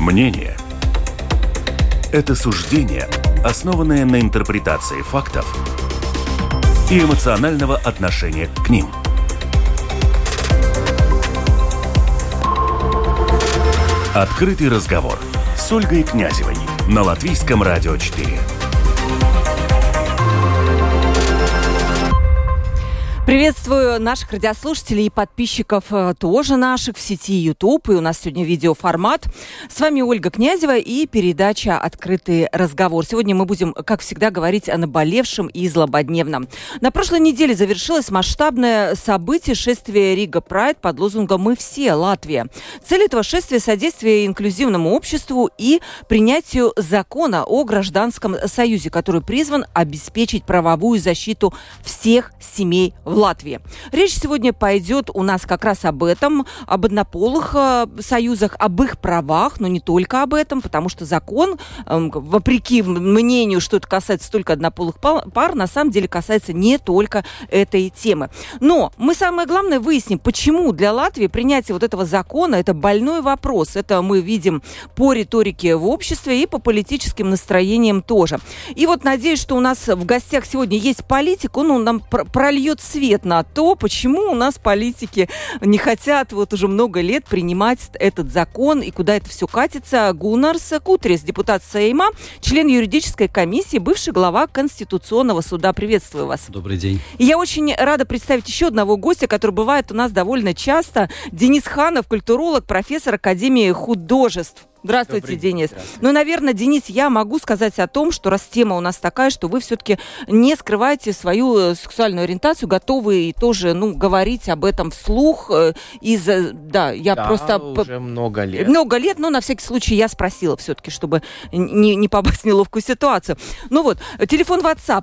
Мнение – это суждение, основанное на интерпретации фактов и эмоционального отношения к ним. Открытый разговор с Ольгой Князевой на Латвийском радио 4. Приветствую наших радиослушателей и подписчиков тоже наших в сети YouTube. И у нас сегодня видеоформат. С вами Ольга Князева и передача «Открытый разговор». Сегодня мы будем, как всегда, говорить о наболевшем и злободневном. На прошлой неделе завершилось масштабное событие шествия Рига Прайд под лозунгом «Мы все, Латвия». Цель этого шествия – содействие инклюзивному обществу и принятию закона о гражданском союзе, который призван обеспечить правовую защиту всех семей в Латвии. Речь сегодня пойдет у нас как раз об этом, об однополых союзах, об их правах, но не только об этом, потому что закон, вопреки мнению, что это касается только однополых пар, на самом деле касается не только этой темы. Но мы самое главное выясним, почему для Латвии принятие вот этого закона – это больной вопрос. Это мы видим по риторике в обществе и по политическим настроениям тоже. И вот надеюсь, что у нас в гостях сегодня есть политик, он нам прольет свет на то, почему у нас политики не хотят вот уже много лет принимать этот закон и куда это все катится. Гуннарс Кутрис, депутат Сейма, член юридической комиссии, бывший глава Конституционного суда. Приветствую вас. Добрый день. И я очень рада представить еще одного гостя, который бывает у нас довольно часто. Денис Ханов, культуролог, профессор Академии художеств. Здравствуйте, Денис. Здравствуйте. Ну, наверное, Денис, я могу сказать о том, что раз тема у нас такая, что вы все-таки не скрываете свою сексуальную ориентацию, готовы тоже, говорить об этом вслух. Просто уже много лет. Много лет, но на всякий случай я спросила все-таки, чтобы не попасть в неловкую ситуацию. Ну вот, телефон WhatsApp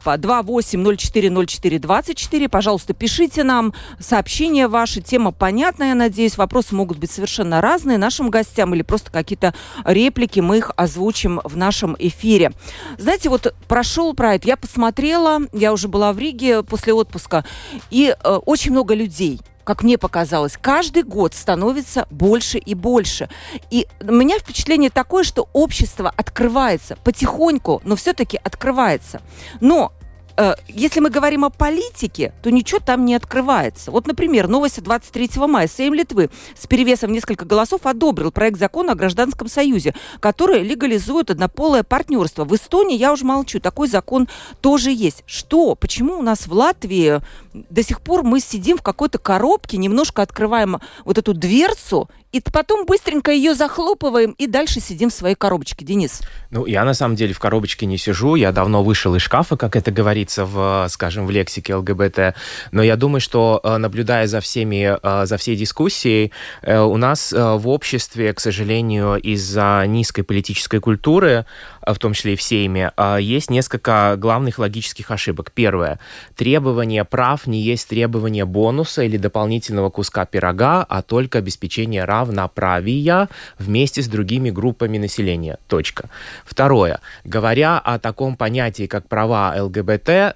28040424. Пожалуйста, пишите нам сообщения ваши. Тема понятная, я надеюсь. Вопросы могут быть совершенно разные нашим гостям или просто какие-то реплики, мы их озвучим в нашем эфире. Знаете, вот прошел Прайд, я посмотрела, я уже была в Риге после отпуска, и очень много людей, как мне показалось, каждый год становится больше и больше. И у меня впечатление такое, что общество открывается потихоньку, но все-таки открывается. Но если мы говорим о политике, то ничего там не открывается. Вот, например, новость 23 мая. Сейм Литвы с перевесом в несколько голосов одобрил проект закона о гражданском союзе, который легализует однополое партнерство. В Эстонии, я уже молчу, такой закон тоже есть. Что? Почему у нас в Латвии до сих пор мы сидим в какой-то коробке, немножко открываем вот эту дверцу, и потом быстренько ее захлопываем и дальше сидим в своей коробочке. Денис? Я на самом деле в коробочке не сижу. Я давно вышел из шкафа, как это говорится в лексике ЛГБТ. Но я думаю, что, наблюдая за всей дискуссией, у нас в обществе, к сожалению, из-за низкой политической культуры, в том числе и в Сейме, есть несколько главных логических ошибок. Первое. Требование прав не есть требование бонуса или дополнительного куска пирога, а только обеспечение равноправия вместе с другими группами населения. Точка. Второе. Говоря о таком понятии, как права ЛГБТ,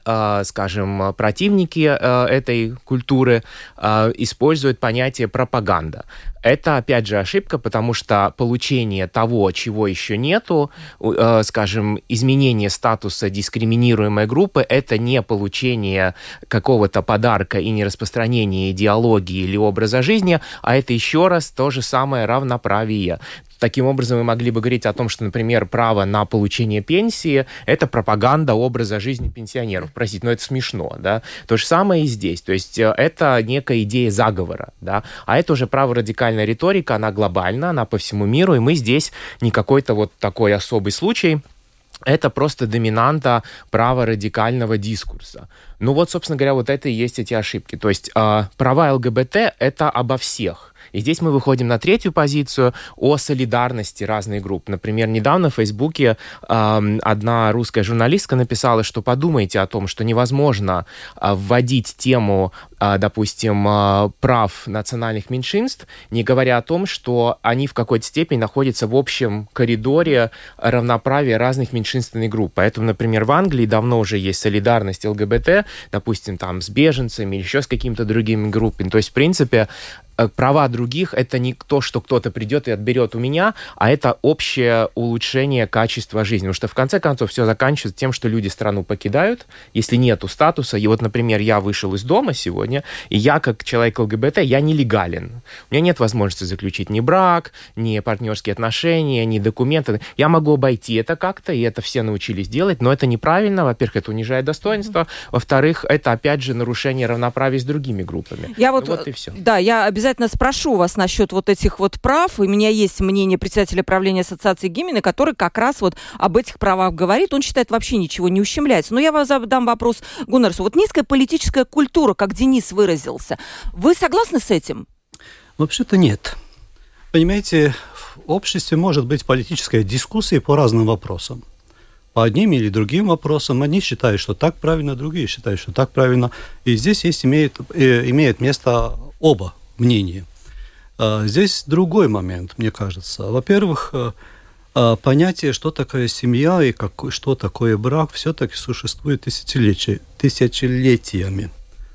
противники этой культуры используют понятие пропаганда. Это, опять же, ошибка, потому что получение того, чего еще нету, изменение статуса дискриминируемой группы, это не получение какого-то подарка и не распространение идеологии или образа жизни, а это еще раз то же самое равноправие. Таким образом, мы могли бы говорить о том, что, например, право на получение пенсии – это пропаганда образа жизни пенсионеров. Простите, но это смешно, да? То же самое и здесь. То есть это некая идея заговора, да? А это уже праворадикальная риторика, она глобальна, она по всему миру, и мы здесь не какой-то вот такой особый случай. Это просто доминанта праворадикального дискурса. Собственно говоря, вот это и есть эти ошибки. То есть права ЛГБТ – это обо всех. И здесь мы выходим на третью позицию о солидарности разных групп. Например, недавно в Фейсбуке одна русская журналистка написала, что подумайте о том, что невозможно вводить тему, допустим, прав национальных меньшинств, не говоря о том, что они в какой-то степени находятся в общем коридоре равноправия разных меньшинственных групп. Поэтому, например, в Англии давно уже есть солидарность ЛГБТ, допустим, там с беженцами или еще с какими-то другими группами. То есть, в принципе, права других — это не то, что кто-то придет и отберет у меня, а это общее улучшение качества жизни. Потому что в конце концов все заканчивается тем, что люди страну покидают, если нету статуса. И вот, например, я вышел из дома сегодня, и я, как человек ЛГБТ, я нелегален. У меня нет возможности заключить ни брак, ни партнерские отношения, ни документы. Я могу обойти это как-то, и это все научились делать, но это неправильно. Во-первых, это унижает достоинство. Во-вторых, это, опять же, нарушение равноправия с другими группами. Вот и все. Да, я обязательно спрошу вас насчет вот этих вот прав. У меня есть мнение председателя правления ассоциации Гимины, который как раз вот об этих правах говорит. Он считает, вообще ничего не ущемляется. Но я вам задам вопрос Гуннарсу. Вот низкая политическая культура, как Денис выразился, вы согласны с этим? Вообще-то нет. Понимаете, в обществе может быть политическая дискуссия по разным вопросам. По одним или другим вопросам. Одни считают, что так правильно, другие считают, что так правильно. И здесь имеет место оба мнения. Здесь другой момент, мне кажется. Во-первых, понятие, что такое семья и что такое брак, все-таки существует тысячелетиями.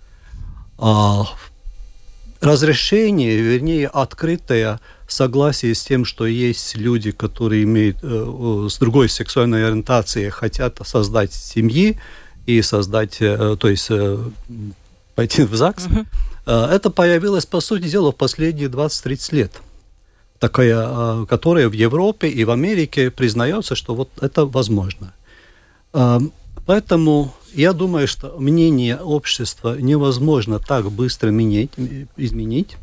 Разрешение, вернее, открытое согласие с тем, что есть люди, которые имеют с другой сексуальной ориентацией, хотят создать семьи и создать, то есть пойти в ЗАГС, это появилось, по сути дела, в последние 20-30 лет. Такая, которая в Европе и в Америке признается, что вот это возможно. Поэтому я думаю, что мнение общества невозможно так быстро изменить.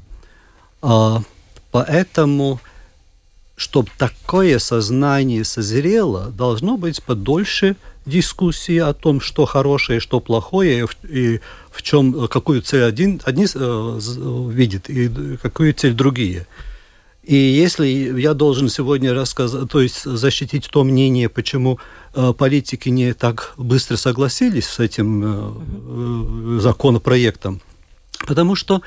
Поэтому, чтобы такое сознание созрело, должно быть подольше дискуссии о том, что хорошее, что плохое, и в чем, какую цель одни видят, и какую цель другие. И если я должен сегодня рассказать, то есть защитить то мнение, почему политики не так быстро согласились с этим законопроектом, потому что,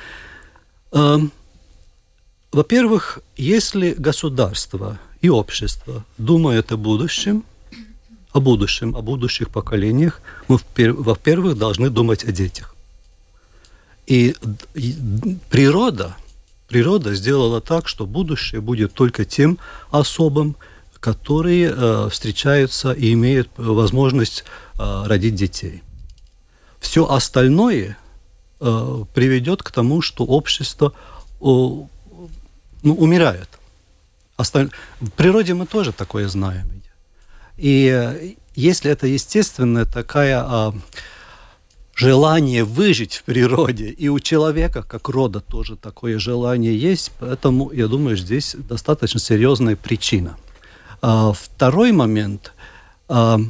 во-первых, если государство и общество думают о будущих поколениях, мы, во-первых, должны думать о детях. И природа сделала так, что будущее будет только тем особым, которые встречаются и имеют возможность родить детей. Все остальное приведет к тому, что общество умирает. В природе мы тоже такое знаем. И если это естественное такое желание выжить в природе, и у человека, как рода, тоже такое желание есть, поэтому, я думаю, здесь достаточно серьезная причина. Второй момент. В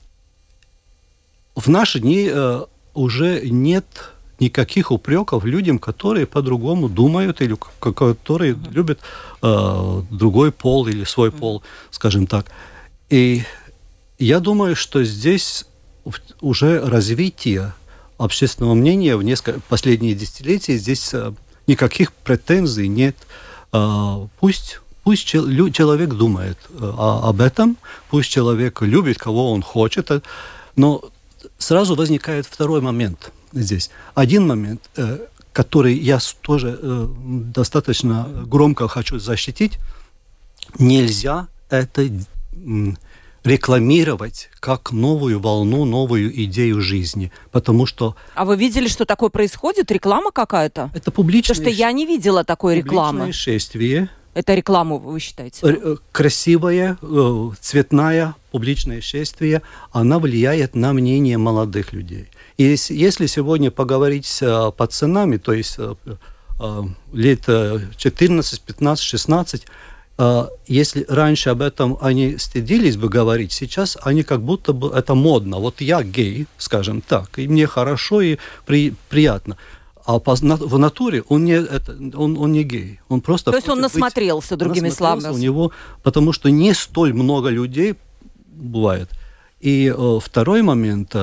наши дни уже нет никаких упреков людям, которые по-другому думают или которые любят другой пол или свой пол, скажем так. И я думаю, что здесь уже развитие общественного мнения в последние десятилетия, здесь никаких претензий нет. Пусть человек думает об этом, пусть человек любит, кого он хочет, но сразу возникает второй момент здесь. Один момент, который я тоже достаточно громко хочу защитить, нельзя это рекламировать как новую волну, новую идею жизни, потому что... А вы видели, что такое происходит? Реклама какая-то? Это публичное... Потому что я не видела такой рекламы. Публичное шествие. Это рекламу, вы считаете? Красивое, цветное публичное шествие, она влияет на мнение молодых людей. И если сегодня поговорить с пацанами, то есть лет 14, 15, 16, если раньше об этом они стыдились бы говорить, сейчас они как будто бы это модно. Вот я гей, скажем так, и мне хорошо и приятно. А в натуре он не гей. Он просто... То есть он насмотрелся, другими словами. У него, потому что не столь много людей бывает. И второй момент.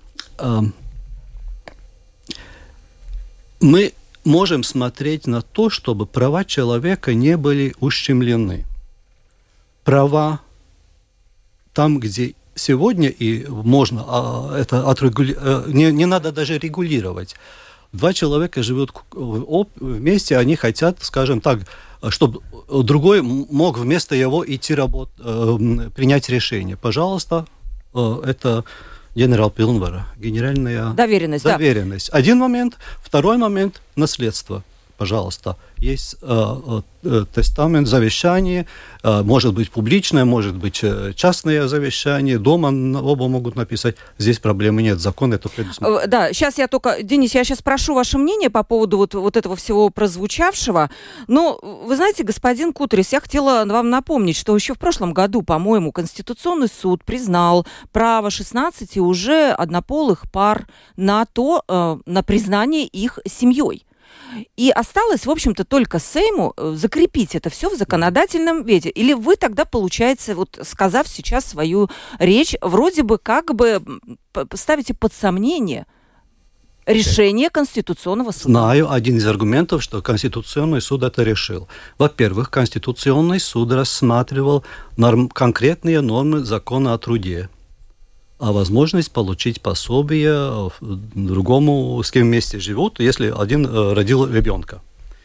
Мы можем смотреть на то, чтобы права человека не были ущемлены. Права там, где сегодня и можно это не надо даже регулировать. два человека живут вместе, они хотят, скажем так, чтобы другой мог вместо его идти принять решение. Пожалуйста, это генерал Пилнвара, генеральная доверенность. Да. Один момент. Второй момент – наследство. Пожалуйста, есть тестамент, завещание, может быть публичное, может быть частное завещание, дома оба могут написать. Здесь проблемы нет, закон это предусмотрен. Да, сейчас я только, Денис, я сейчас прошу ваше мнение по поводу вот этого всего прозвучавшего. Но, вы знаете, господин Кутрис, я хотела вам напомнить, что еще в прошлом году, по-моему, Конституционный суд признал право 16 уже однополых пар на признание их семьей. И осталось, в общем-то, только Сейму закрепить это все в законодательном виде. Или вы тогда, получается, вот сказав сейчас свою речь, вроде бы как бы ставите под сомнение решение Конституционного суда? Знаю один из аргументов, что Конституционный суд это решил. Во-первых, Конституционный суд рассматривал конкретные нормы закона о труде. А возможность получить пособие другому, с кем вместе живут, если один родил ребенка.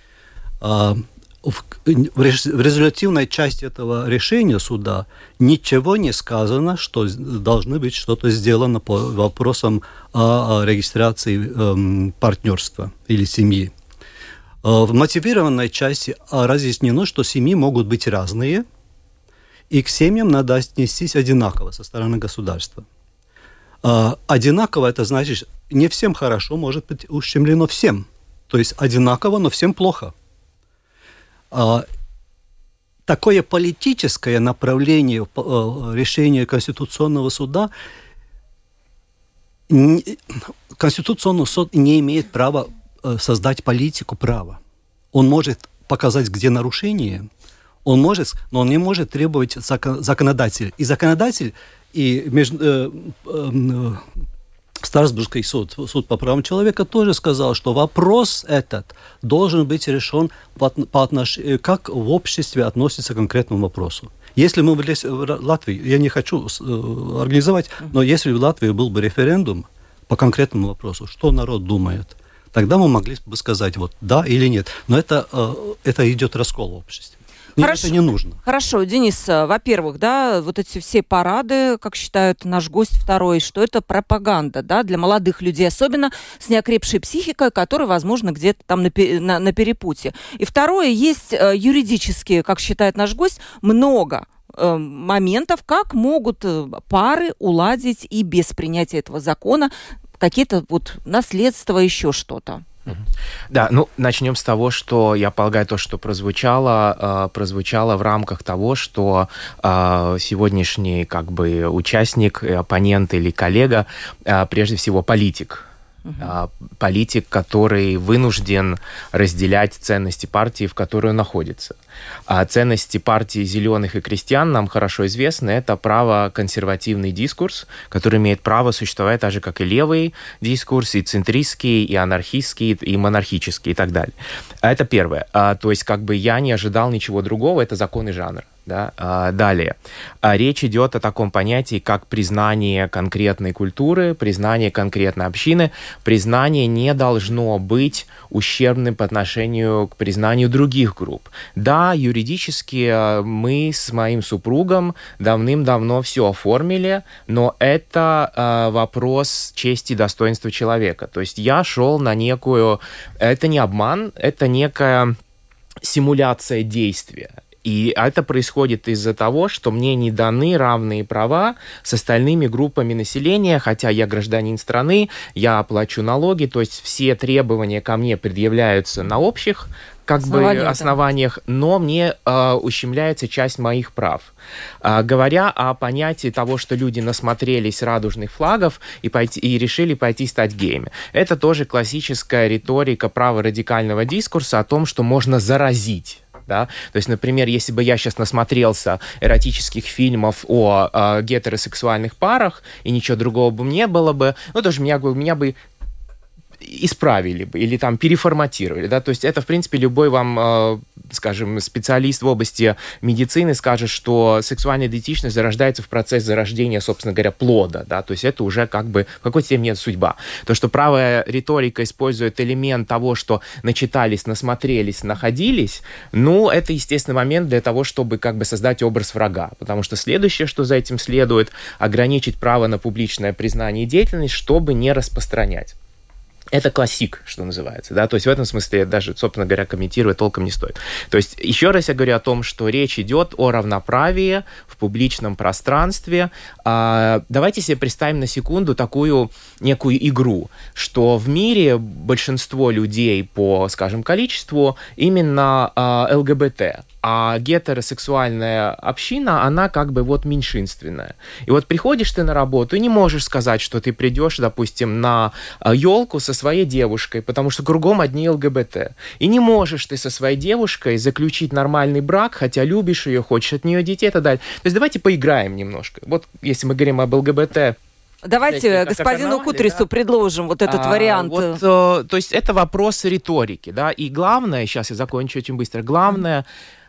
В результативной части этого решения суда ничего не сказано, что должно быть что-то сделано по вопросам о регистрации партнерства или семьи. В мотивированной части разъяснено, что семьи могут быть разные, и к семьям надо отнестись одинаково со стороны государства. Одинаково это значит, не всем хорошо, может быть ущемлено всем. То есть одинаково, но всем плохо. Такое политическое направление решения Конституционного суда, Конституционный суд не имеет права создать политику права. Он может показать, где нарушение, он может, но он не может требовать законодателя. И законодатель и Страсбургский суд по правам человека тоже сказал, что вопрос этот должен быть решен по отношению, как в обществе относится к конкретному вопросу. Если мы в Латвии, я не хочу организовать, но если в Латвии был бы референдум по конкретному вопросу, что народ думает, тогда мы могли бы сказать вот да или нет. Но это идет раскол в обществе. Хорошо. Это не нужно. Хорошо, Денис, во-первых, да, вот эти все парады, как считает наш гость второй, что это пропаганда, да, для молодых людей, особенно с неокрепшей психикой, которые, возможно, где-то там на перепутье. И второе, есть юридически, как считает наш гость, много моментов, как могут пары уладить и без принятия этого закона какие-то вот наследства, еще что-то. Да, начнем с того, что, я полагаю, то, что прозвучало в рамках того, что сегодняшний участник, оппонент или коллега, прежде всего политик. Политик, который вынужден разделять ценности партии, в которой он находится. А ценности партии «Зеленых» и «Крестьян» нам хорошо известны. Это право-консервативный дискурс, который имеет право существовать так же, как и левый дискурс, и центристский, и анархистский, и монархический, и так далее. Это первое. То есть я не ожидал ничего другого. Это закон и жанр. Да? Далее. Речь идет о таком понятии, как признание конкретной культуры, признание конкретной общины. Признание не должно быть ущербным по отношению к признанию других групп. Да, юридически мы с моим супругом давным-давно все оформили, но это вопрос чести и достоинства человека. То есть я шел на некую... Это не обман, это некая симуляция действия. И это происходит из-за того, что мне не даны равные права с остальными группами населения, хотя я гражданин страны, я плачу налоги, то есть все требования ко мне предъявляются на общих основаниях, но мне ущемляется часть моих прав. Говоря о понятии того, что люди насмотрелись радужных флагов и решили пойти стать геями. Это тоже классическая риторика праворадикального дискурса о том, что можно заразить. Да? То есть, например, если бы я сейчас насмотрелся эротических фильмов о гетеросексуальных парах, и ничего другого бы не было бы, тоже меня бы исправили бы или там переформатировали, да, то есть это, в принципе, любой вам, скажем, специалист в области медицины скажет, что сексуальная идентичность зарождается в процесс зарождения, собственно говоря, плода, да, то есть это уже как бы в какой-то степени судьба. То, что правая риторика использует элемент того, что начитались, насмотрелись, находились, ну, это естественный момент для того, чтобы как бы создать образ врага, потому что следующее, что за этим следует, ограничить право на публичное признание и деятельность, чтобы не распространять. Это классик, что называется, да, то есть в этом смысле даже, собственно говоря, комментировать толком не стоит. То есть еще раз я говорю о том, что речь идет о равноправии в публичном пространстве. Давайте себе представим на секунду такую некую игру, что в мире большинство людей по, скажем, количеству именно ЛГБТ, а гетеросексуальная община, она как бы вот меньшинственная. И вот приходишь ты на работу и не можешь сказать, что ты придешь, допустим, на елку со своей девушкой, потому что кругом одни ЛГБТ. И не можешь ты со своей девушкой заключить нормальный брак, хотя любишь ее, хочешь от нее детей и так далее. То есть давайте поиграем немножко. Вот если мы говорим об ЛГБТ, давайте господину Кутрису предложим вот этот вариант. Вот, то есть это вопрос риторики, да, и главное, сейчас я закончу очень быстро, главное,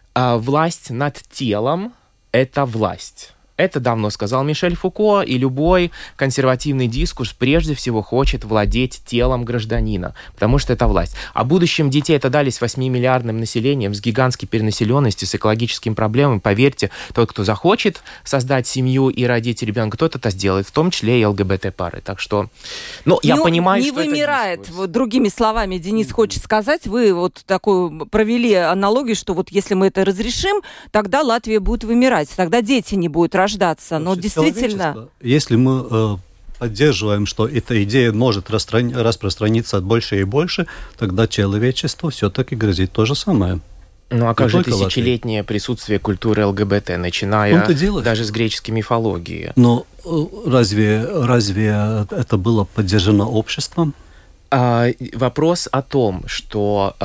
власть над телом – это власть. Это давно сказал Мишель Фуко, и любой консервативный дискурс прежде всего хочет владеть телом гражданина, потому что это власть. О будущем детей это дали с 8-миллиардным населением, с гигантской перенаселенностью, с экологическими проблемами. Поверьте, тот, кто захочет создать семью и родить ребенка, тот это сделает, в том числе и ЛГБТ-пары. Так что, я понимаю, не что вымирает. это Вот, другими словами, Денис хочет сказать, вы вот такую провели аналогию, что вот если мы это разрешим, тогда Латвия будет вымирать, тогда дети не будут рождаться. Но действительно... Если мы поддерживаем, что эта идея может распространиться больше и больше, тогда человечеству все-таки грозит то же самое. Ну а как же тысячелетнее присутствие культуры ЛГБТ, начиная даже с греческой мифологии? Но разве это было поддержано обществом? Вопрос о том, что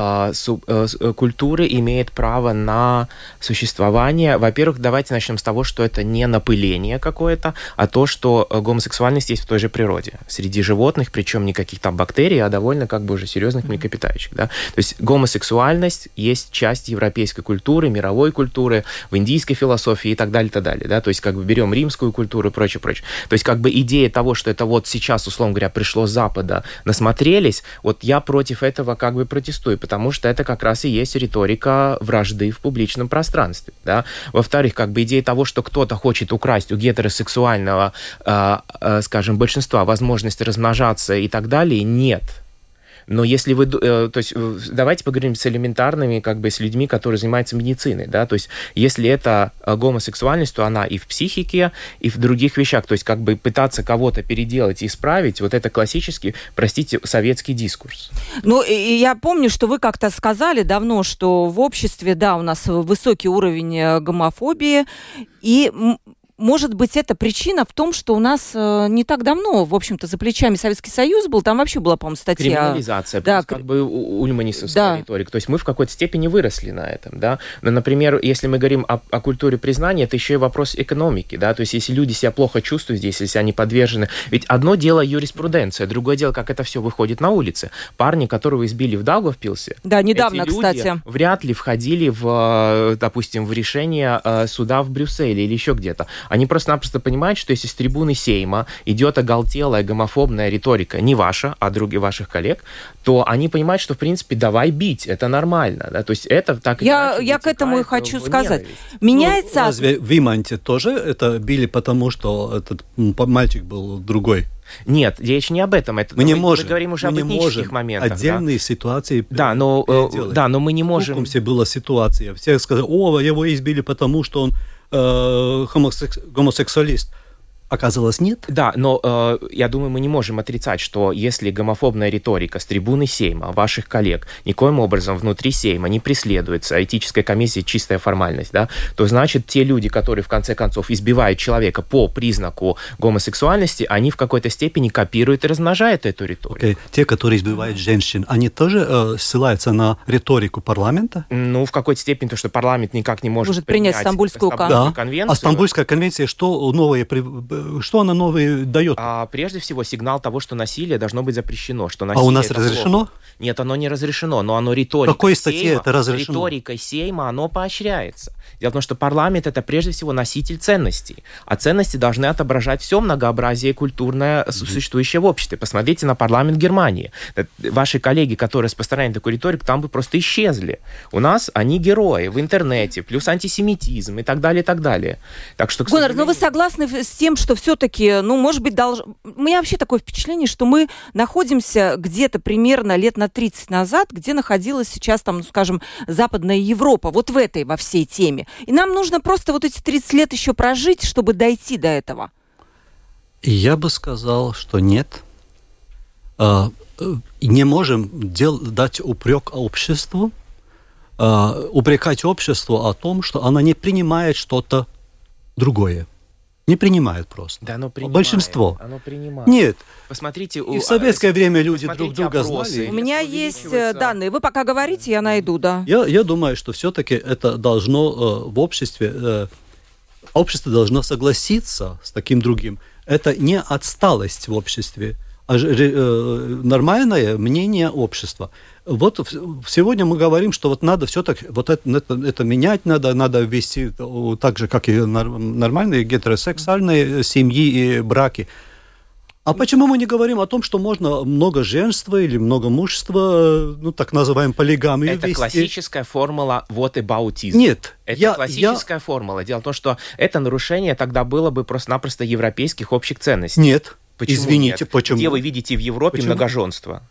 культура имеет право на существование. Во-первых, давайте начнем с того, что это не напыление какое-то, а то, что гомосексуальность есть в той же природе. Среди животных, причем не каких-то там бактерий, а довольно как бы уже серьезных млекопитающих. Да? То есть гомосексуальность есть часть европейской культуры, мировой культуры, в индийской философии и так далее, и так далее. Да? То есть как бы берем римскую культуру и прочее. То есть как бы идея того, что это вот сейчас, условно говоря, пришло с Запада, насмотрели, вот я против этого как бы протестую, потому что это как раз и есть риторика вражды в публичном пространстве. Да? Во-вторых, как бы идея того, что кто-то хочет украсть у гетеросексуального, скажем, большинства возможность размножаться и так далее, нет. Но если вы... То есть давайте поговорим с элементарными, как бы, с людьми, которые занимаются медициной, да, то есть если это гомосексуальность, то она и в психике, и в других вещах, то есть как бы пытаться кого-то переделать и исправить, вот это классический, простите, советский дискурс. Ну, и я помню, что вы как-то сказали давно, что в обществе, да, у нас высокий уровень гомофобии, и... Может быть, это причина в том, что у нас не так давно, в общем-то, за плечами Советский Союз был, там вообще была, по-моему, статья... Криминализация, да, как бы ульманисовская риторика. То есть мы в какой-то степени выросли на этом, да. Но, например, если мы говорим о культуре признания, это еще и вопрос экономики, да. То есть если люди себя плохо чувствуют здесь, если они подвержены... Ведь одно дело юриспруденция, другое дело, как это все выходит на улице. Парни, которого избили в Даугавпилсе... Да, недавно, кстати. Вряд ли входили в, допустим, в решение суда в Брюсселе или еще где-то. Они просто-напросто понимают, что если с трибуны Сейма идет оголтелая гомофобная риторика, не ваша, а других ваших коллег, то они понимают, что, в принципе, давай бить, это нормально. Да? То есть это так Я к этому и хочу сказать. Меняется... Ну, разве в Иманте тоже это били потому, что этот мальчик был другой? Нет, речь не об этом. Мы говорим уже об этнических моментах. Отдельные ситуации. Да, но мы не можем... В Кукумсе была ситуация. Все сказали, его избили потому, что он гомосексуалист. Оказалось, нет? Да, но я думаю, мы не можем отрицать, что если гомофобная риторика с трибуны Сейма, ваших коллег, никоим образом внутри Сейма не преследуется, этическая комиссия чистая формальность, да, то значит те люди, которые в конце концов избивают человека по признаку гомосексуальности, они в какой-то степени копируют и размножают эту риторику. Okay. Те, которые избивают женщин, они тоже ссылаются на риторику парламента? Ну, в какой-то степени, то, что парламент никак не может принять Стамбульскую конвенцию. А Стамбульская конвенция что новое что она новое дает? Прежде всего, сигнал того, что насилие должно быть запрещено. Что А у нас разрешено? Плохо. Нет, оно не разрешено, но оно риторикой какой статье Сейма, это разрешено? Риторикой Сейма оно поощряется. Дело в том, что парламент — это прежде всего носитель ценностей, а ценности должны отображать все многообразие культурное, существующее в обществе. Посмотрите на парламент Германии. Ваши коллеги, которые распространяют такую риторику, там бы просто исчезли. У нас они герои в интернете, плюс антисемитизм и так далее, и так далее. Так что, Гуннар, но вы согласны с тем, что все-таки, может быть, у меня вообще такое впечатление, что мы находимся где-то примерно лет на 30 назад, где находилась сейчас, там, скажем, Западная Европа, вот во всей теме. И нам нужно просто вот эти 30 лет еще прожить, чтобы дойти до этого. Я бы сказал, что нет. Не можем дать упрек обществу, упрекать общество о том, что она не принимает что-то другое. Не принимают просто. Да, оно принимает. Большинство. Оно принимает. Нет. Посмотрите, и в советское время люди друг друга знали. У меня есть данные. Вы пока говорите, я найду, да. Я думаю, что все-таки это должно в обществе... Общество должно согласиться с таким другим. Это не отсталость в обществе, а нормальное мнение общества. Вот сегодня мы говорим, что вот надо все-таки вот это менять, надо ввести так же, как и нормальные гетеросексуальные семьи и браки. А почему мы не говорим о том, что можно многоженство или многомужество, так называемую полигамию ввести? Это классическая формула whataboutism. Нет. Это классическая формула. Дело в том, что это нарушение тогда было бы просто-напросто европейских общих ценностей. Нет. Почему Извините, нет? почему? Где вы видите в Европе многоженство?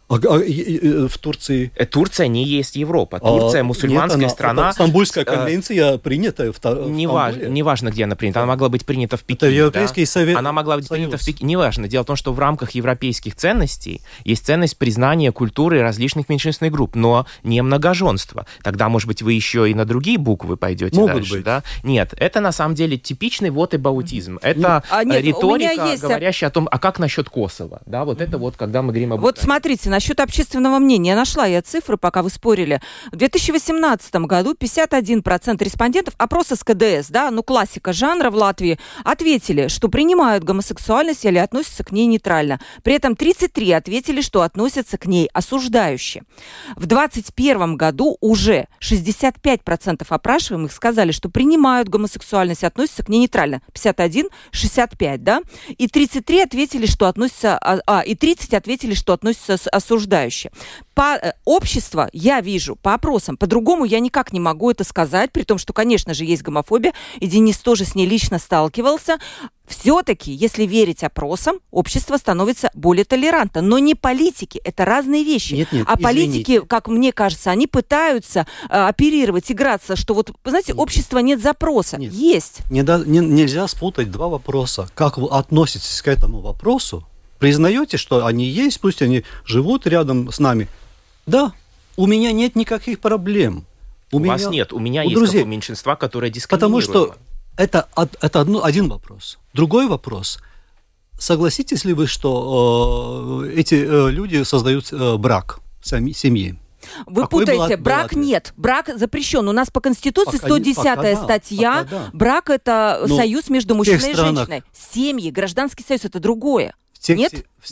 В Турции? Турция не есть Европа. Турция мусульманская страна. Стамбульская конвенция принята в Стамбуле. Неважно, где она принята. Она могла быть принята в Пекине. Это Европейский Совет. Она могла быть принята в Пекине. Неважно. Дело в том, что в рамках европейских ценностей есть ценность признания культуры различных меньшинственных групп, но не многоженство. Тогда, может быть, вы еще и на другие буквы пойдете дальше. Быть. Да? Нет, это на самом деле типичный whataboutism. Это риторика, говорящая о том, а как насчет Косово? Да, вот это вот, когда мы говорим об... Вот смотрите, насчет общественного мнения. Нашла я цифры, пока вы спорили. В 2018 году 51% респондентов опроса с КДС, да, классика жанра в Латвии, ответили, что принимают гомосексуальность или относятся к ней нейтрально. При этом 33% ответили, что относятся к ней осуждающе. В 2021 году уже 65% опрашиваемых сказали, что принимают гомосексуальность и относятся к ней нейтрально. 51, 65, да? И 33 ответили, что относятся, и 30 ответили, что относятся осуждающе. Общество я вижу по опросам, по-другому я никак не могу это сказать, при том, что, конечно же, есть гомофобия, и Денис тоже с ней лично сталкивался. Все-таки, если верить опросам, общество становится более толерантно. Но не политики, это разные вещи. Нет, политики, как мне кажется, они пытаются оперировать, играться, что вот, знаете, общества нет запроса. Нет. Есть. Нельзя спутать два вопроса. Как вы относитесь к этому вопросу? Признаете, что они есть, пусть они живут рядом с нами? Да, у меня нет никаких проблем. У вас нет, у меня есть друзей. такое меньшинство, которое дискриминируемо. Потому что это один вопрос. Другой вопрос. Согласитесь ли вы, что эти люди создают брак в семье? Вы путаете, брак нет, брак запрещен. У нас по Конституции 110-я статья, брак это союз между мужчиной и женщиной. Семьи, гражданский союз это другое. Нет? В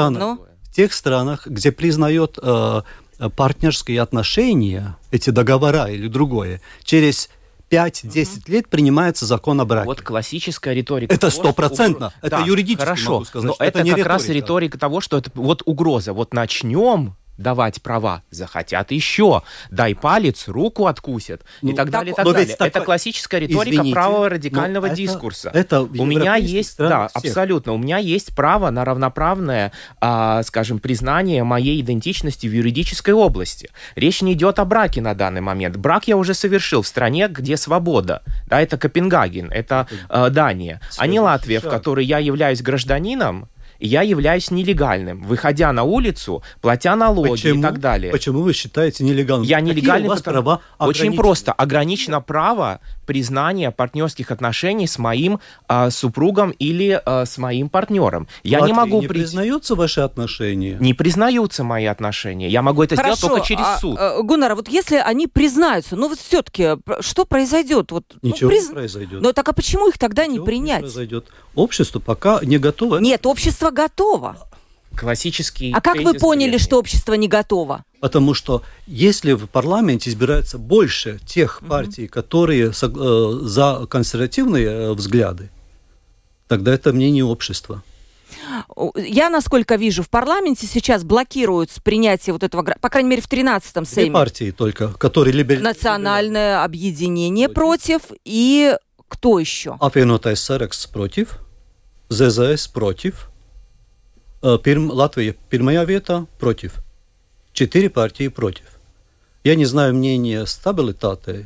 тех странах, где признают партнерские отношения, эти договора или другое, через 5-10 лет принимается закон о браке. Вот классическая риторика. Это 100%. Это юридически, хорошо, могу сказать. Но это как не раз риторика того, что это вот угроза. Вот начнем давать права, захотят еще. Дай палец, руку откусят и так далее, и так далее. Это классическая риторика правого радикального дискурса. У меня есть, абсолютно, у меня есть право на равноправное, скажем, признание моей идентичности в юридической области. Речь не идет о браке на данный момент. Брак я уже совершил в стране, где свобода. Да, это Копенгаген, это Дания, а не Латвия, в которой я являюсь гражданином, я являюсь нелегальным, выходя на улицу, платя налоги и так далее. Почему вы считаете нелегальным? Я нелегальный, права очень просто. Ограничено право признания партнерских отношений с моим супругом или с моим партнером. Я не могу признаются ваши отношения? Не признаются мои отношения. Я могу это сделать только через суд. Гуннар, вот если они признаются, вот все-таки что произойдет? Ничего не произойдет. Но так а почему их тогда не принять? Не произойдет. Общество пока не готово. Нет, общество готово. Классический. А как вы поняли, что общество не готово? Потому что если в парламенте избирается больше тех партий, которые за консервативные взгляды, тогда это мнение общества. Я, насколько вижу, в парламенте сейчас блокируют принятие вот этого, по крайней мере, в 13-м Сейме. Две партии только, которые Национальное объединение против и кто еще? Apvienotais saraksts против, ЗЗС против, Латвия первая вето против. 4 партии против. Я не знаю мнения стабилитаты,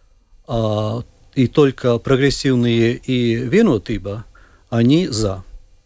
и только прогрессивные и Vienotība, они за.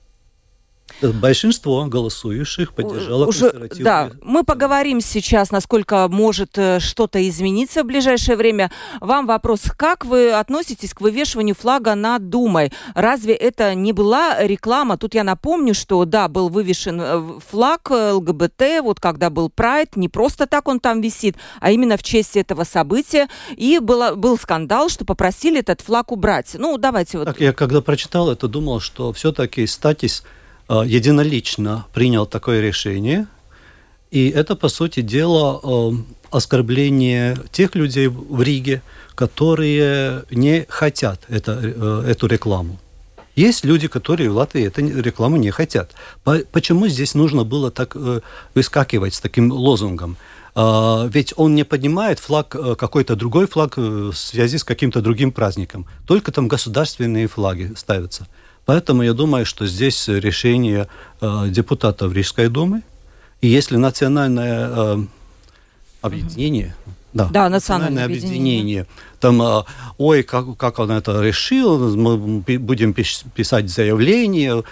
Большинство голосующих поддержало консервативные. Да, мы поговорим сейчас, насколько может что-то измениться в ближайшее время. Вам вопрос, как вы относитесь к вывешиванию флага над Думой? Разве это не была реклама? Тут я напомню, что да, был вывешен флаг ЛГБТ, вот когда был Прайд, не просто так он там висит, а именно в честь этого события. И был скандал, что попросили этот флаг убрать. Ну, давайте вот. Так, я когда прочитал это, думал, что все-таки Статис единолично принял такое решение, и это, по сути дела, оскорбление тех людей в Риге, которые не хотят эту рекламу. Есть люди, которые в Латвии эту рекламу не хотят. Почему здесь нужно было так выскакивать с таким лозунгом? Ведь он не поднимает флаг, какой-то другой флаг в связи с каким-то другим праздником. Только там государственные флаги ставятся. Поэтому я думаю, что здесь решение депутатов Рижской думы. И если национальное объединение, национальное объединение, там, ой, как он это решил, мы будем писать заявление.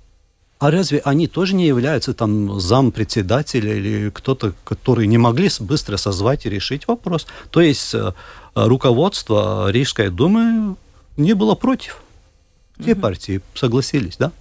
А разве они тоже не являются там зампредседателя или кто-то, который не могли быстро созвать и решить вопрос? То есть руководство Рижской думы не было против. Те партии согласились, да?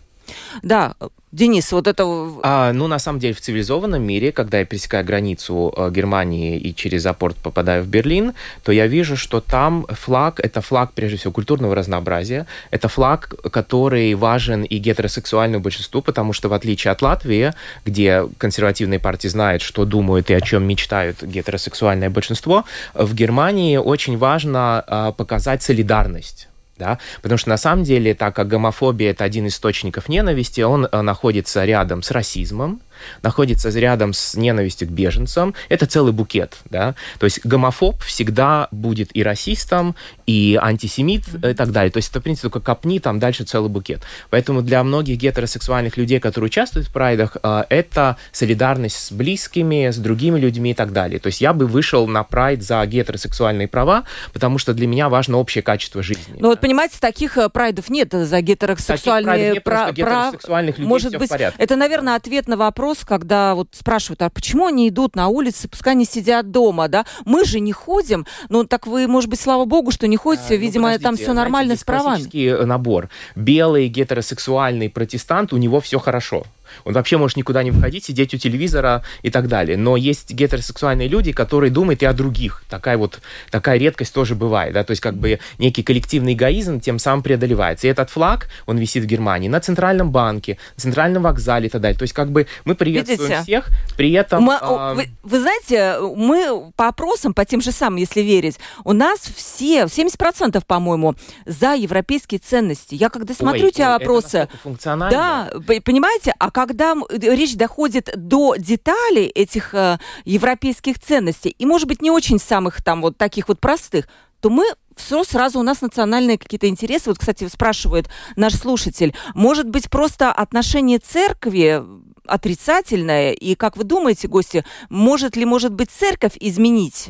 Да, Денис, вот это... на самом деле, в цивилизованном мире, когда я пересекаю границу Германии и через Запорт попадаю в Берлин, то я вижу, что там флаг, это флаг, прежде всего, культурного разнообразия, это флаг, который важен и гетеросексуальному большинству, потому что, в отличие от Латвии, где консервативные партии знают, что думают и о чем мечтают гетеросексуальное большинство, в Германии очень важно показать солидарность. Да? Потому что на самом деле, так как гомофобия – это один из источников ненависти, он находится рядом с расизмом, находится рядом с ненавистью к беженцам. Это целый букет. Да? То есть гомофоб всегда будет и расистом, и антисемит, и так далее. То есть это, в принципе, только копни, там дальше целый букет. Поэтому для многих гетеросексуальных людей, которые участвуют в прайдах, это солидарность с близкими, с другими людьми и так далее. То есть я бы вышел на прайд за гетеросексуальные права, потому что для меня важно общее качество жизни. Ну вот, понимаете, таких прайдов нет за гетеросексуальные права. Гетеросексуальных людей может все быть, в порядке. Это, наверное, ответ на вопрос, когда вот спрашивают, а почему они идут на улицы, пускай они сидят дома, да? Мы же не ходим. Ну, так вы, может быть, слава богу, что не ходите. Видимо, там все нормально с правами. Классический набор. Белый гетеросексуальный протестант, у него все хорошо. Он вообще может никуда не выходить, сидеть у телевизора и так далее. Но есть гетеросексуальные люди, которые думают и о других. Такая редкость тоже бывает. Да? То есть как бы некий коллективный эгоизм тем самым преодолевается. И этот флаг, он висит в Германии на Центральном банке, на Центральном вокзале и так далее. То есть как бы мы приветствуем всех, при этом... Вы знаете, мы по опросам, по тем же самым, если верить, у нас все, 70%, по-моему, за европейские ценности. Я когда смотрю эти опросы... Это функционально. Да, понимаете? А когда речь доходит до деталей этих европейских ценностей, и, может быть, не очень самых там вот таких вот простых, то мы все сразу у нас национальные какие-то интересы. Вот, кстати, спрашивает наш слушатель, может быть, просто отношение церкви отрицательное? И, как вы думаете, гости, может быть, церковь изменить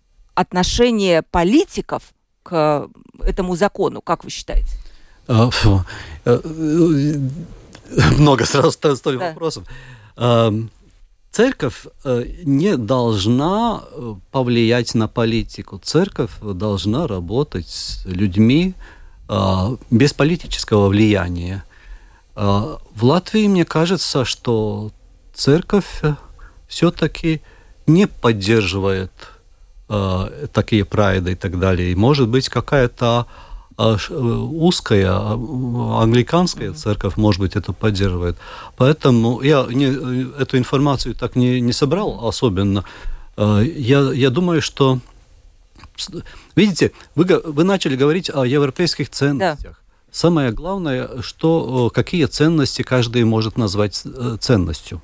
отношение политиков к этому закону? Как вы считаете? Много сразу столь вопросов. церковь не должна повлиять на политику. Церковь должна работать с людьми без политического влияния. В Латвии, мне кажется, что церковь все-таки не поддерживает такие прайды и так далее. И, может быть, какая-то узкая англиканская церковь, может быть, это поддерживает. Поэтому я эту информацию так не собрал особенно. Я думаю, что... Видите, вы начали говорить о европейских ценностях. Да. Самое главное, какие ценности каждый может назвать ценностью.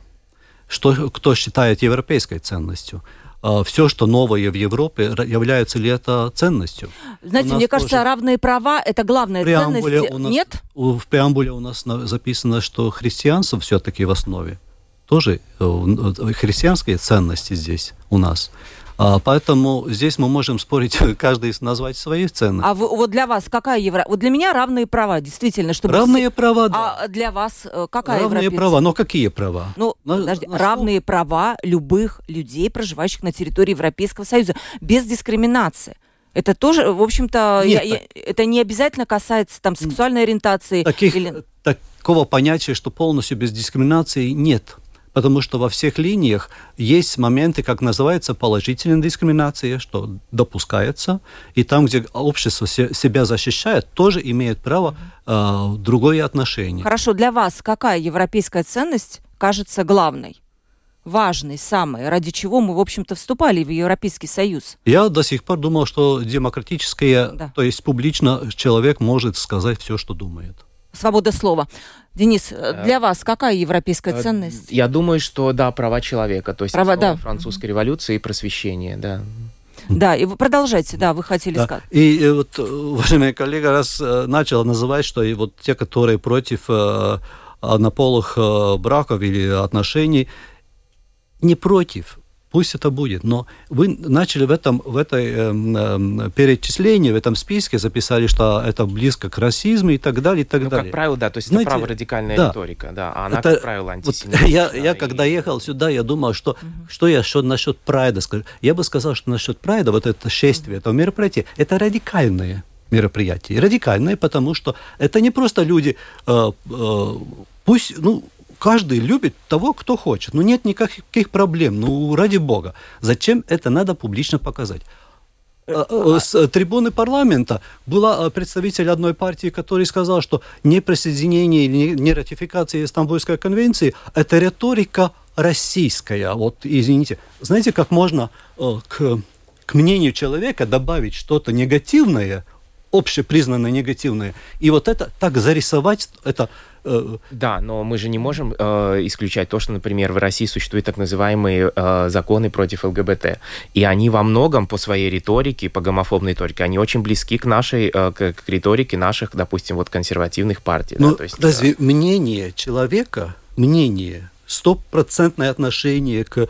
Кто считает европейской ценностью. Все, что новое в Европе, является ли это ценностью? Знаете, мне кажется, равные права – это главная ценность. Нет? В преамбуле у нас записано, что христианство все-таки в основе. Тоже христианские ценности здесь у нас. Поэтому здесь мы можем спорить, каждый назвать свои ценности. А вот для вас какая Вот для меня равные права, действительно. Чтобы равные права, да. А для вас какая равные права, но какие права? Подожди, равные права любых людей, проживающих на территории Европейского Союза, без дискриминации. Это тоже, в общем-то, это не обязательно касается там сексуальной ориентации. Такого понятия, что полностью без дискриминации, нет. Потому что во всех линиях есть моменты, как называется, положительная дискриминация, что допускается. И там, где общество себя защищает, тоже имеет право другое отношение. Хорошо, для вас какая европейская ценность кажется главной, важной, самой, ради чего мы, в общем-то, вступали в Европейский Союз? Я до сих пор думал, что демократическое, то есть публично человек может сказать все, что думает. Свобода слова. Денис, для вас какая европейская ценность? Я думаю, что, да, права человека, то есть основа французской революции и просвещения, да. Да, и вы продолжайте, да, вы хотели сказать. И вот, уважаемый коллега, раз начал называть, что и вот те, которые против однополых браков или отношений, не против. Пусть это будет, но вы начали в этом перечислении, в этом списке записали, что это близко к расизму и так далее, и так далее. Как правило, да, то есть это праворадикальная риторика, да, а она, как правило, антисемитская. Я когда ехал сюда, я думал, что я насчет прайда скажу. Я бы сказал, что насчет прайда, вот это шествие, этого мероприятия, это радикальное мероприятие. Радикальное, потому что это не просто люди, пусть, каждый любит того, кто хочет. Нет никаких проблем. Ради бога. Зачем это надо публично показать? С трибуны парламента был представитель одной партии, который сказал, что неприсоединение или не ратификация Стамбульской конвенции – это риторика российская. Вот, извините. Знаете, как можно к мнению человека добавить что-то негативное, общепризнанное негативное, и вот это так зарисовать, это... Да, но мы же не можем исключать то, что, например, в России существуют так называемые законы против ЛГБТ. И они во многом по своей риторике, по гомофобной риторике, они очень близки к нашей, к риторике наших, допустим, вот консервативных партий. Ну, да, то есть, разве мнение человека, стопроцентное отношение к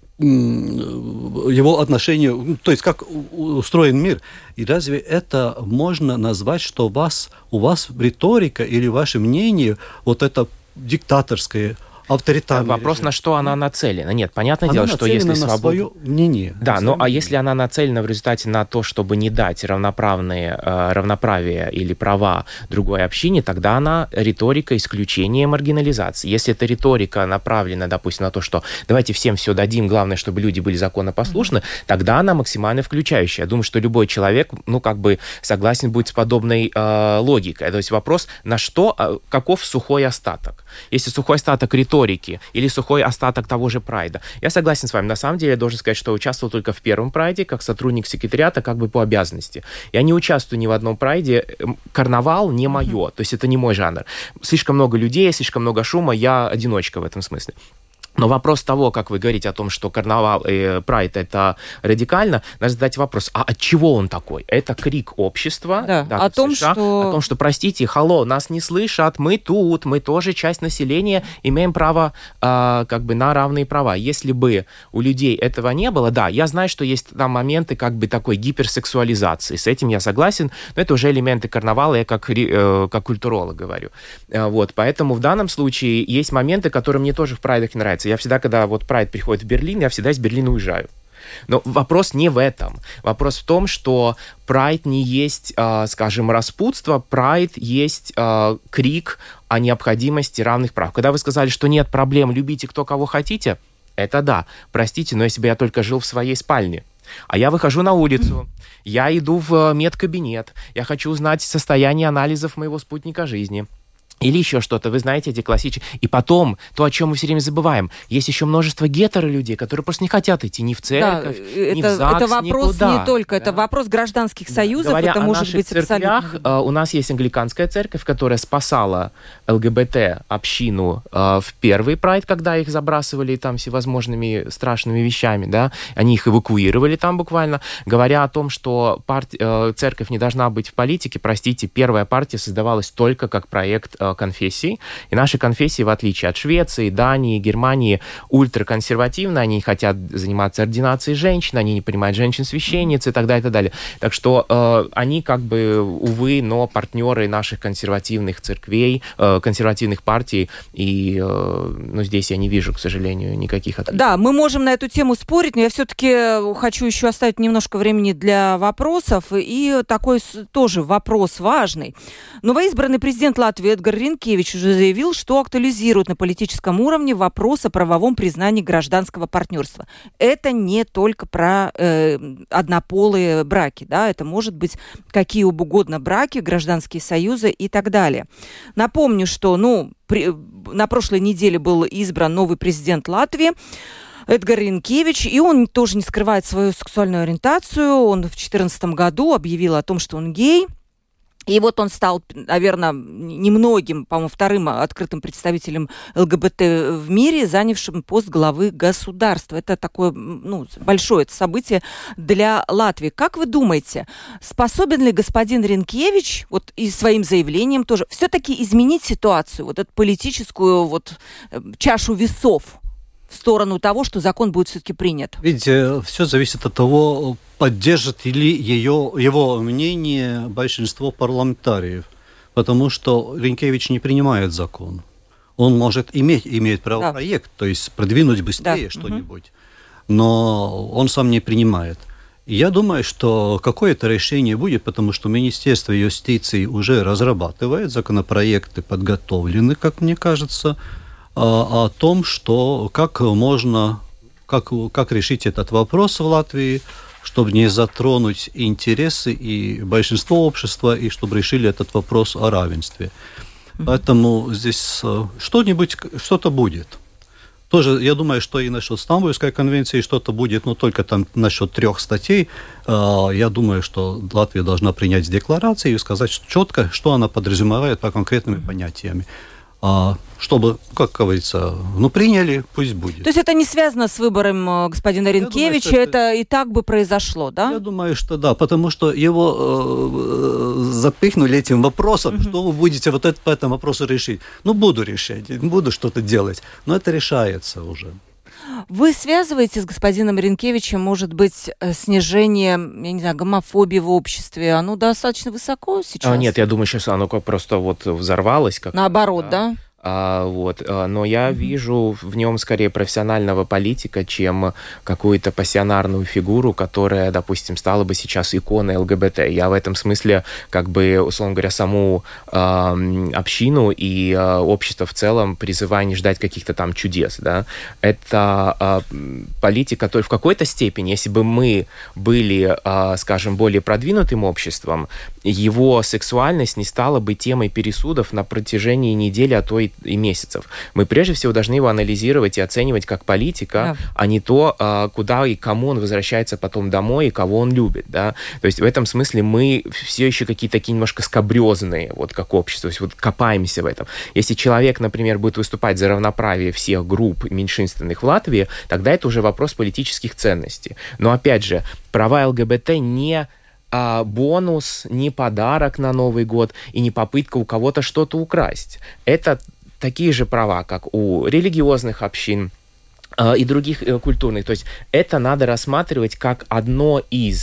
его отношению, то есть как устроен мир. И разве это можно назвать, что у вас риторика или ваше мнение вот это диктаторское, авторитарное? Вопрос, на что она нацелена. Нет, понятное дело, что если свобода... свое мнение. Да, а если она нацелена в результате на то, чтобы не дать равноправие или права другой общине, тогда она риторика исключения маргинализации. Если эта риторика направлена, допустим, на то, что давайте всем все дадим, главное, чтобы люди были законопослушны, тогда она максимально включающая. Я думаю, что любой человек, согласен будет с подобной логикой. То есть вопрос, на что, каков сухой остаток. Если сухой остаток риторики или сухой остаток того же прайда. Я согласен с вами. На самом деле, я должен сказать, что участвовал только в первом прайде, как сотрудник секретариата, как бы по обязанности. Я не участвую ни в одном прайде. Карнавал не мое. То есть это не мой жанр. Слишком много людей, слишком много шума. Я одиночка в этом смысле. Но вопрос того, как вы говорите о том, что карнавал и прайд это радикально, надо задать вопрос, а от чего он такой? Это крик общества о том, что, простите, нас не слышат, мы тут, мы тоже часть населения, имеем право на равные права. Если бы у людей этого не было, да, я знаю, что есть там моменты такой гиперсексуализации, с этим я согласен, но это уже элементы карнавала, я как культуролог говорю. Вот, поэтому в данном случае есть моменты, которые мне тоже в прайдах не нравятся. нравится. Я всегда, когда вот Прайд приходит в Берлин, я всегда из Берлина уезжаю. Но вопрос не в этом. Вопрос в том, что Прайд не есть, скажем, распутство, Прайд есть крик о необходимости равных прав. Когда вы сказали, что нет проблем, любите кто кого хотите, это да. Простите, но если бы я только жил в своей спальне, а я выхожу на улицу, я иду в медкабинет, я хочу узнать состояние анализов моего спутника жизни, или еще что-то, вы знаете, эти классические. И потом, то, о чем мы все время забываем, есть еще множество гетеро-людей, которые просто не хотят идти ни в церковь, ни в ЗАГС, это вопрос никуда. Не только, это вопрос гражданских союзов, Говоря это о может наших быть церквях, абсолютно... у нас есть англиканская церковь, которая спасала ЛГБТ-общину в первый прайд, когда их забрасывали там всевозможными страшными вещами, да, они их эвакуировали там буквально. Говоря о том, что церковь не должна быть в политике, простите, первая партия создавалась только как проект конфессий. И наши конфессии, в отличие от Швеции, Дании, Германии, ультраконсервативны. Они хотят заниматься ординацией женщин, они не принимают женщин-священниц и так далее, и так далее. Так что они как бы, увы, но партнеры наших консервативных церквей, консервативных партий. И здесь я не вижу, к сожалению, никаких отличий. Да, мы можем на эту тему спорить, но я все-таки хочу еще оставить немножко времени для вопросов. И такой тоже вопрос важный. Новоизбранный президент Латвии Эдгар Ринкевич уже заявил, что актуализирует на политическом уровне вопрос о правовом признании гражданского партнерства. Это не только про однополые браки, да, это может быть какие угодно браки, гражданские союзы и так далее. Напомню, что на прошлой неделе был избран новый президент Латвии Эдгар Ринкевич, и он тоже не скрывает свою сексуальную ориентацию. Он в 2014 году объявил о том, что он гей. И вот он стал, наверное, немногим, по-моему, вторым открытым представителем ЛГБТ в мире, занявшим пост главы государства. Это такое, большое событие для Латвии. Как вы думаете, способен ли господин Ринкевич, вот и своим заявлением тоже, все-таки изменить ситуацию, вот эту политическую чашу весов в сторону того, что закон будет все-таки принят? Видите, все зависит от того, поддержит ли его мнение большинство парламентариев. Потому что Ринкевич не принимает закон. Он может иметь правопроект, то есть продвинуть быстрее что-нибудь, но он сам не принимает. Я думаю, что какое-то решение будет, потому что Министерство юстиции уже разрабатывает законопроекты, подготовлены, как мне кажется, о том, что как решить этот вопрос в Латвии, чтобы не затронуть интересы и большинства общества, и чтобы решили этот вопрос о равенстве. Поэтому здесь что-то будет. Тоже, я думаю, что и насчет Стамбульской конвенции что-то будет, но только там насчет 3 статей. Я думаю, что Латвия должна принять декларацию и сказать четко, что она подразумевает по конкретными понятиями. Чтобы, как говорится, приняли, пусть будет. То есть это не связано с выбором господина Ринкевича, думаю, это и так бы произошло, да? Я думаю, что да, потому что его запихнули этим вопросом, что вы будете по этому вопросу решить. Буду решать, буду что-то делать, но это решается уже. Вы связываете с господином Ринкевичем, может быть, снижение, я не знаю, гомофобии в обществе? Оно достаточно высоко сейчас? Нет, я думаю, сейчас оно просто взорвалось. Наоборот, да? Но я вижу в нем скорее профессионального политика, чем какую-то пассионарную фигуру, которая, допустим, стала бы сейчас иконой ЛГБТ. Я в этом смысле, условно говоря, саму общину и общество в целом призываю не ждать каких-то там чудес. Да? Это политик, который в какой-то степени, если бы мы были, скажем, более продвинутым обществом, его сексуальность не стала бы темой пересудов на протяжении недели, а то и месяцев. Мы прежде всего должны его анализировать и оценивать как политика, а не то, куда и кому он возвращается потом домой и кого он любит. Да? То есть в этом смысле мы все еще какие-то такие немножко скабрезные, как общество, то есть копаемся в этом. Если человек, например, будет выступать за равноправие всех групп меньшинственных в Латвии, тогда это уже вопрос политических ценностей. Но опять же, права ЛГБТ не бонус, не подарок на Новый год и не попытка у кого-то что-то украсть. Это такие же права, как у религиозных общин и других культурных. То есть это надо рассматривать как одно из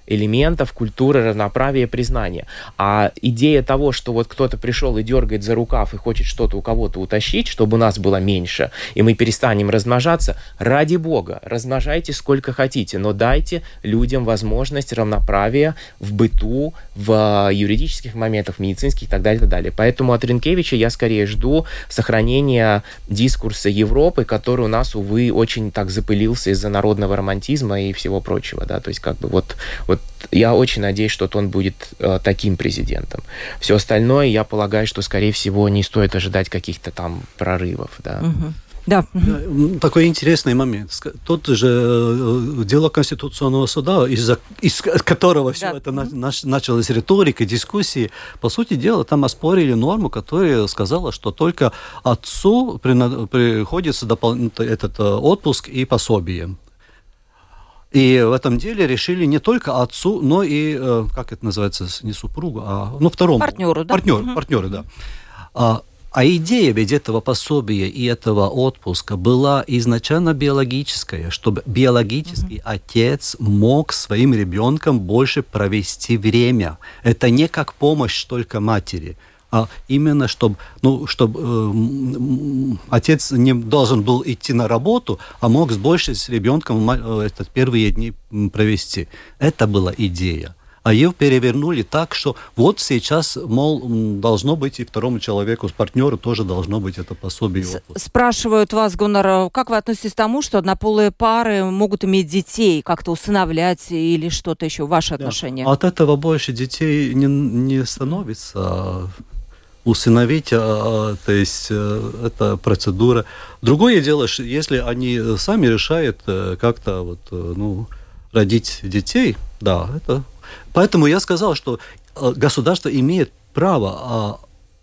элементов культуры равноправия и признания. А идея того, что вот кто-то пришел и дергает за рукав и хочет что-то у кого-то утащить, чтобы у нас было меньше, и мы перестанем размножаться, ради бога, размножайте сколько хотите, но дайте людям возможность равноправия в быту, в юридических моментах, в медицинских и так далее, и так далее. Поэтому от Ренкевича я скорее жду сохранения дискурса Европы, который у нас, увы, очень так запылился из-за народного романтизма и всего прочего, да, то есть как бы вот я очень надеюсь, что он будет таким президентом. Все остальное, я полагаю, что, скорее всего, не стоит ожидать каких-то там прорывов, да. Да. Такой интересный момент. Тот же дело Конституционного суда, из которого все это началось риторикой, дискуссии, по сути дела, там оспорили норму, которая сказала, что только отцу приходится этот отпуск и пособие. И в этом деле решили не только отцу, но и, как это называется, не супругу, второму. Партнеру, да? Партнеры, да. А идея ведь этого пособия и этого отпуска была изначально биологическая, чтобы биологический отец мог своим ребенком больше провести время. Это не как помощь только матери, а именно, чтобы отец не должен был идти на работу, а мог больше с ребенком первые дни провести. Это была идея. А ее перевернули так, что вот сейчас, мол, должно быть и второму человеку, с партнеру тоже должно быть это пособие. Спрашивают вас, Гуннар, как вы относитесь к тому, что однополые пары могут иметь детей, как-то усыновлять или что-то еще, ваши отношения? От этого больше детей не становится. Усыновить, то есть это процедура. Другое дело, если они сами решают как-то родить детей, да, это... Поэтому я сказал, что государство имеет право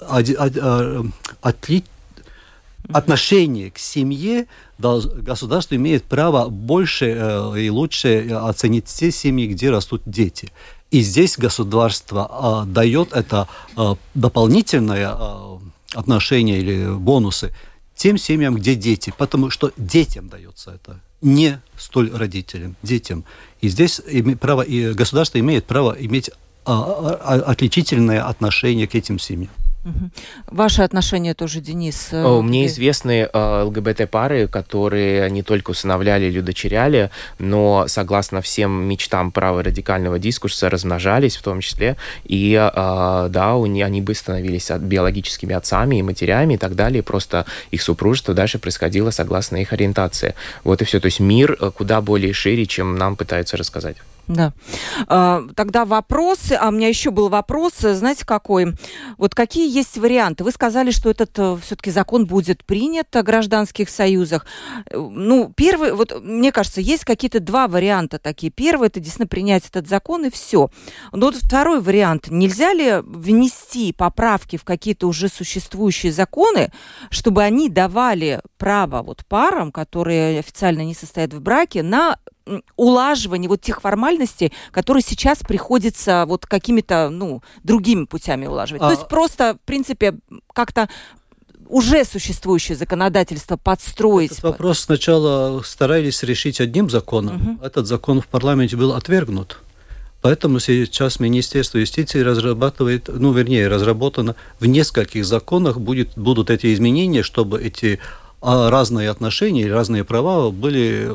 отношение к семье, государство имеет право больше и лучше оценить те семьи, где растут дети. И здесь государство дает это дополнительное отношение или бонусы тем семьям, где дети, потому что детям дается это, не столь родителям, детям. И здесь государство имеет право иметь отличительное отношение к этим семьям. Ваши отношения тоже, Денис? Мне известны ЛГБТ-пары, которые не только усыновляли или удочеряли, но, согласно всем мечтам праворадикального дискурса, размножались в том числе. И, они бы становились биологическими отцами и матерями и так далее. Просто их супружество дальше происходило согласно их ориентации. Вот и все. То есть мир куда более шире, чем нам пытаются рассказать. Да. Тогда вопросы. А у меня еще был вопрос, знаете, какой? Вот какие есть варианты? Вы сказали, что этот все-таки закон будет принят о гражданских союзах. Первый, мне кажется, есть какие-то два варианта такие. Первый, это действительно принять этот закон и все. Но второй вариант. Нельзя ли внести поправки в какие-то уже существующие законы, чтобы они давали право парам, которые официально не состоят в браке, на улаживание тех формальностей, которые сейчас приходится какими-то, другими путями улаживать. То есть просто, в принципе, как-то уже существующее законодательство подстроить. Этот вопрос сначала старались решить одним законом. Этот закон в парламенте был отвергнут. Поэтому сейчас Министерство юстиции разработано в нескольких законах будут эти изменения, чтобы эти разные отношения и разные права были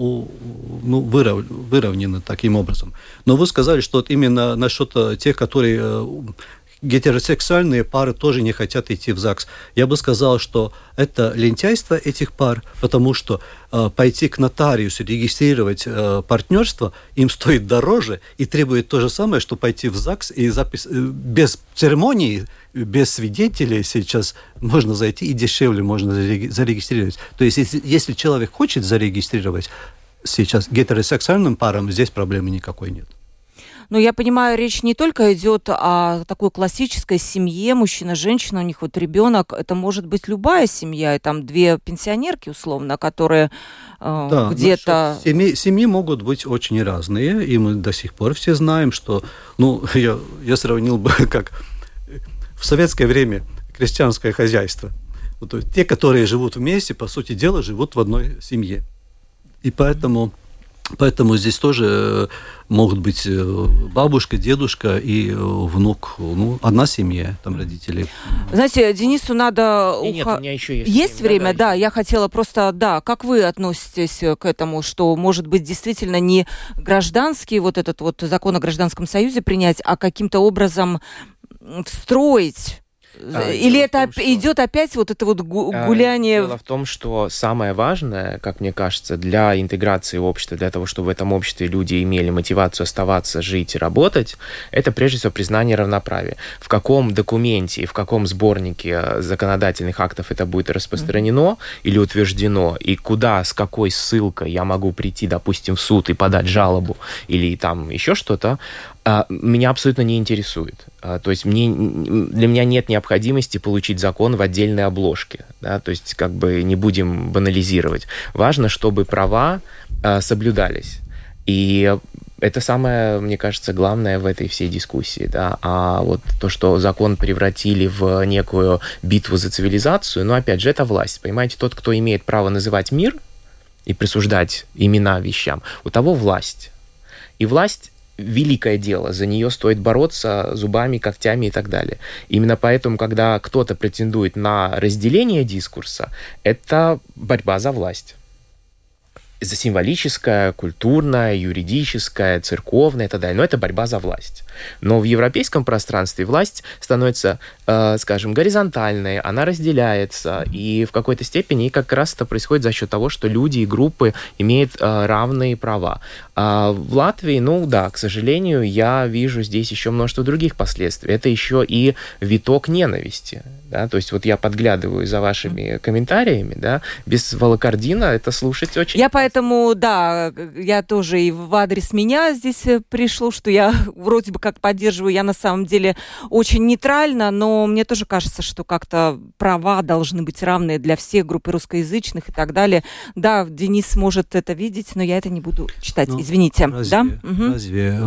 выровнены таким образом. Но вы сказали, что именно насчет тех, которые гетеросексуальные пары тоже не хотят идти в ЗАГС. Я бы сказал, что это лентяйство этих пар, потому что пойти к нотариусу, регистрировать партнерство им стоит дороже и требует то же самое, что пойти в ЗАГС и без церемонии, без свидетелей сейчас можно зайти и дешевле можно зарегистрировать. То есть, если человек хочет зарегистрировать сейчас гетеросексуальным парам, здесь проблемы никакой нет. Но я понимаю, речь не только идет о такой классической семье, мужчина-женщина, у них ребенок, это может быть любая семья, и там две пенсионерки, условно, которые где-то... Семьи могут быть очень разные, и мы до сих пор все знаем, что, я сравнил бы как в советское время крестьянское хозяйство. Те, которые живут вместе, по сути дела, живут в одной семье. И поэтому Поэтому здесь тоже могут быть бабушка, дедушка и внук. Ну, одна семья, там родители. Знаете, Денису надо... Нет, у меня еще есть. Есть время, да. Я хотела просто, как вы относитесь к этому, что, может быть, действительно не гражданский вот этот вот закон о гражданском союзе принять, а каким-то образом встроить... Или это идет опять вот это вот гуляние? Дело в том, что самое важное, как мне кажется, для интеграции в общество, для того, чтобы в этом обществе люди имели мотивацию оставаться, жить и работать, это прежде всего признание равноправия. В каком документе и в каком сборнике законодательных актов это будет распространено или утверждено, и куда, с какой ссылкой я могу прийти, допустим, в суд и подать жалобу или там еще что-то, меня абсолютно не интересует. То есть для меня нет необходимости получить закон в отдельной обложке. Да? То есть как бы не будем банализировать. Важно, чтобы права соблюдались. И это самое, мне кажется, главное в этой всей дискуссии. Да? А вот то, что закон превратили в некую битву за цивилизацию, но опять же, это власть. Понимаете, тот, кто имеет право называть мир и присуждать имена вещам, у того власть. И власть великое дело, за нее стоит бороться зубами, когтями и так далее. Именно поэтому, когда кто-то претендует на разделение дискурса, это борьба за власть. За символическое, культурное, юридическое, церковное и так далее. Но это борьба за власть. Но в европейском пространстве власть становится, скажем, горизонтальной, она разделяется, и в какой-то степени как раз это происходит за счет того, что люди и группы имеют равные права. А в Латвии, к сожалению, я вижу здесь еще множество других последствий. Это еще и виток ненависти. Да? То есть вот я подглядываю за вашими комментариями, да? Без волокордина это слушать очень... Поэтому, я тоже и в адрес меня здесь пришло, что я вроде бы как поддерживаю, я на самом деле очень нейтральна, но мне тоже кажется, что как-то права должны быть равные для всех групп русскоязычных и так далее. Да, Денис может это видеть, но я это не буду читать, извините. Разве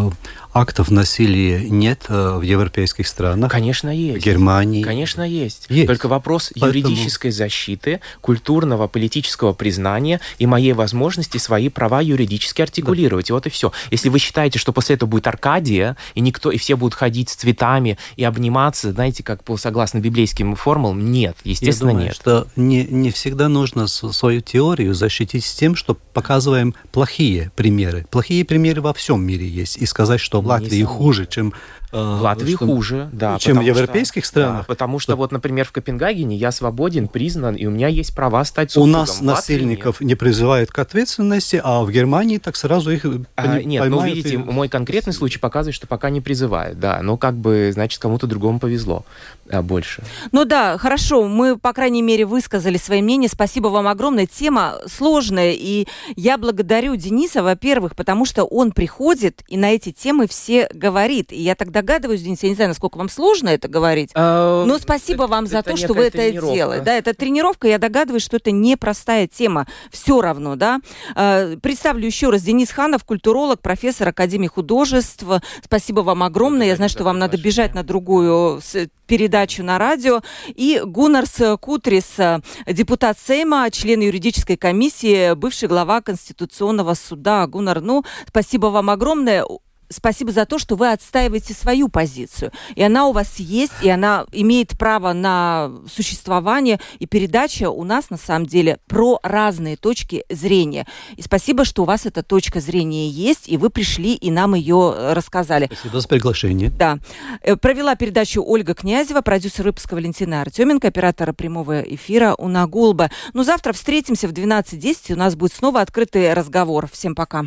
актов насилия нет в европейских странах? Конечно, есть. В Германии? Конечно, есть. Только вопрос юридической защиты, культурного, политического признания и моей возможности свои права юридически артикулировать. И вот и все. Если вы считаете, что после этого будет Аркадия, и все будут ходить с цветами и обниматься, знаете, как согласно библейским формулам, нет, естественно, нет. Что не всегда нужно свою теорию защитить с тем, что показываем плохие примеры. Плохие примеры во всем мире есть. И сказать, что в Латвии хуже, чем... В Латвии хуже, да. Чем в европейских странах. Да, потому что, например, в Копенгагене я свободен, признан, и у меня есть права стать супругом. У нас насильников не призывают к ответственности, а в Германии так сразу их поймают. Видите, мой конкретный случай показывает, что пока не призывают, да. Но значит, кому-то другому повезло больше. Хорошо. Мы, по крайней мере, высказали свои мнения. Спасибо вам огромное. Тема сложная, и я благодарю Дениса, во-первых, потому что он приходит и на эти темы все говорит. И я тогда догадываюсь, Денис, я не знаю, насколько вам сложно это говорить, но спасибо вам за то, что вы это делаете. Да, это тренировка, я догадываюсь, что это непростая тема. Все равно, да. Представлю еще раз. Денис Ханов, культуролог, профессор Академии художеств. Спасибо вам огромное. Я знаю, что вам надо бежать на другую передачу на радио. И Гуннарс Кутрис, депутат Сейма, член юридической комиссии, бывший глава Конституционного суда. Гуннар, спасибо вам огромное. Спасибо за то, что вы отстаиваете свою позицию. И она у вас есть, и она имеет право на существование. И передача у нас, на самом деле, про разные точки зрения. И спасибо, что у вас эта точка зрения есть, и вы пришли и нам ее рассказали. Спасибо за приглашение. Да. Провела передачу Ольга Князева, продюсер выпуска Валентина Артеменко, оператора прямого эфира Уна Гулба. Завтра встретимся в 12:10. У нас будет снова открытый разговор. Всем пока.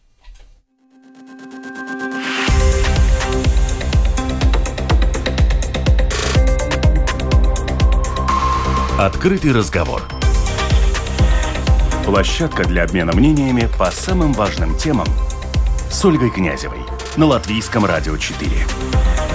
Открытый разговор. Площадка для обмена мнениями по самым важным темам с Ольгой Князевой на Латвийском радио 4.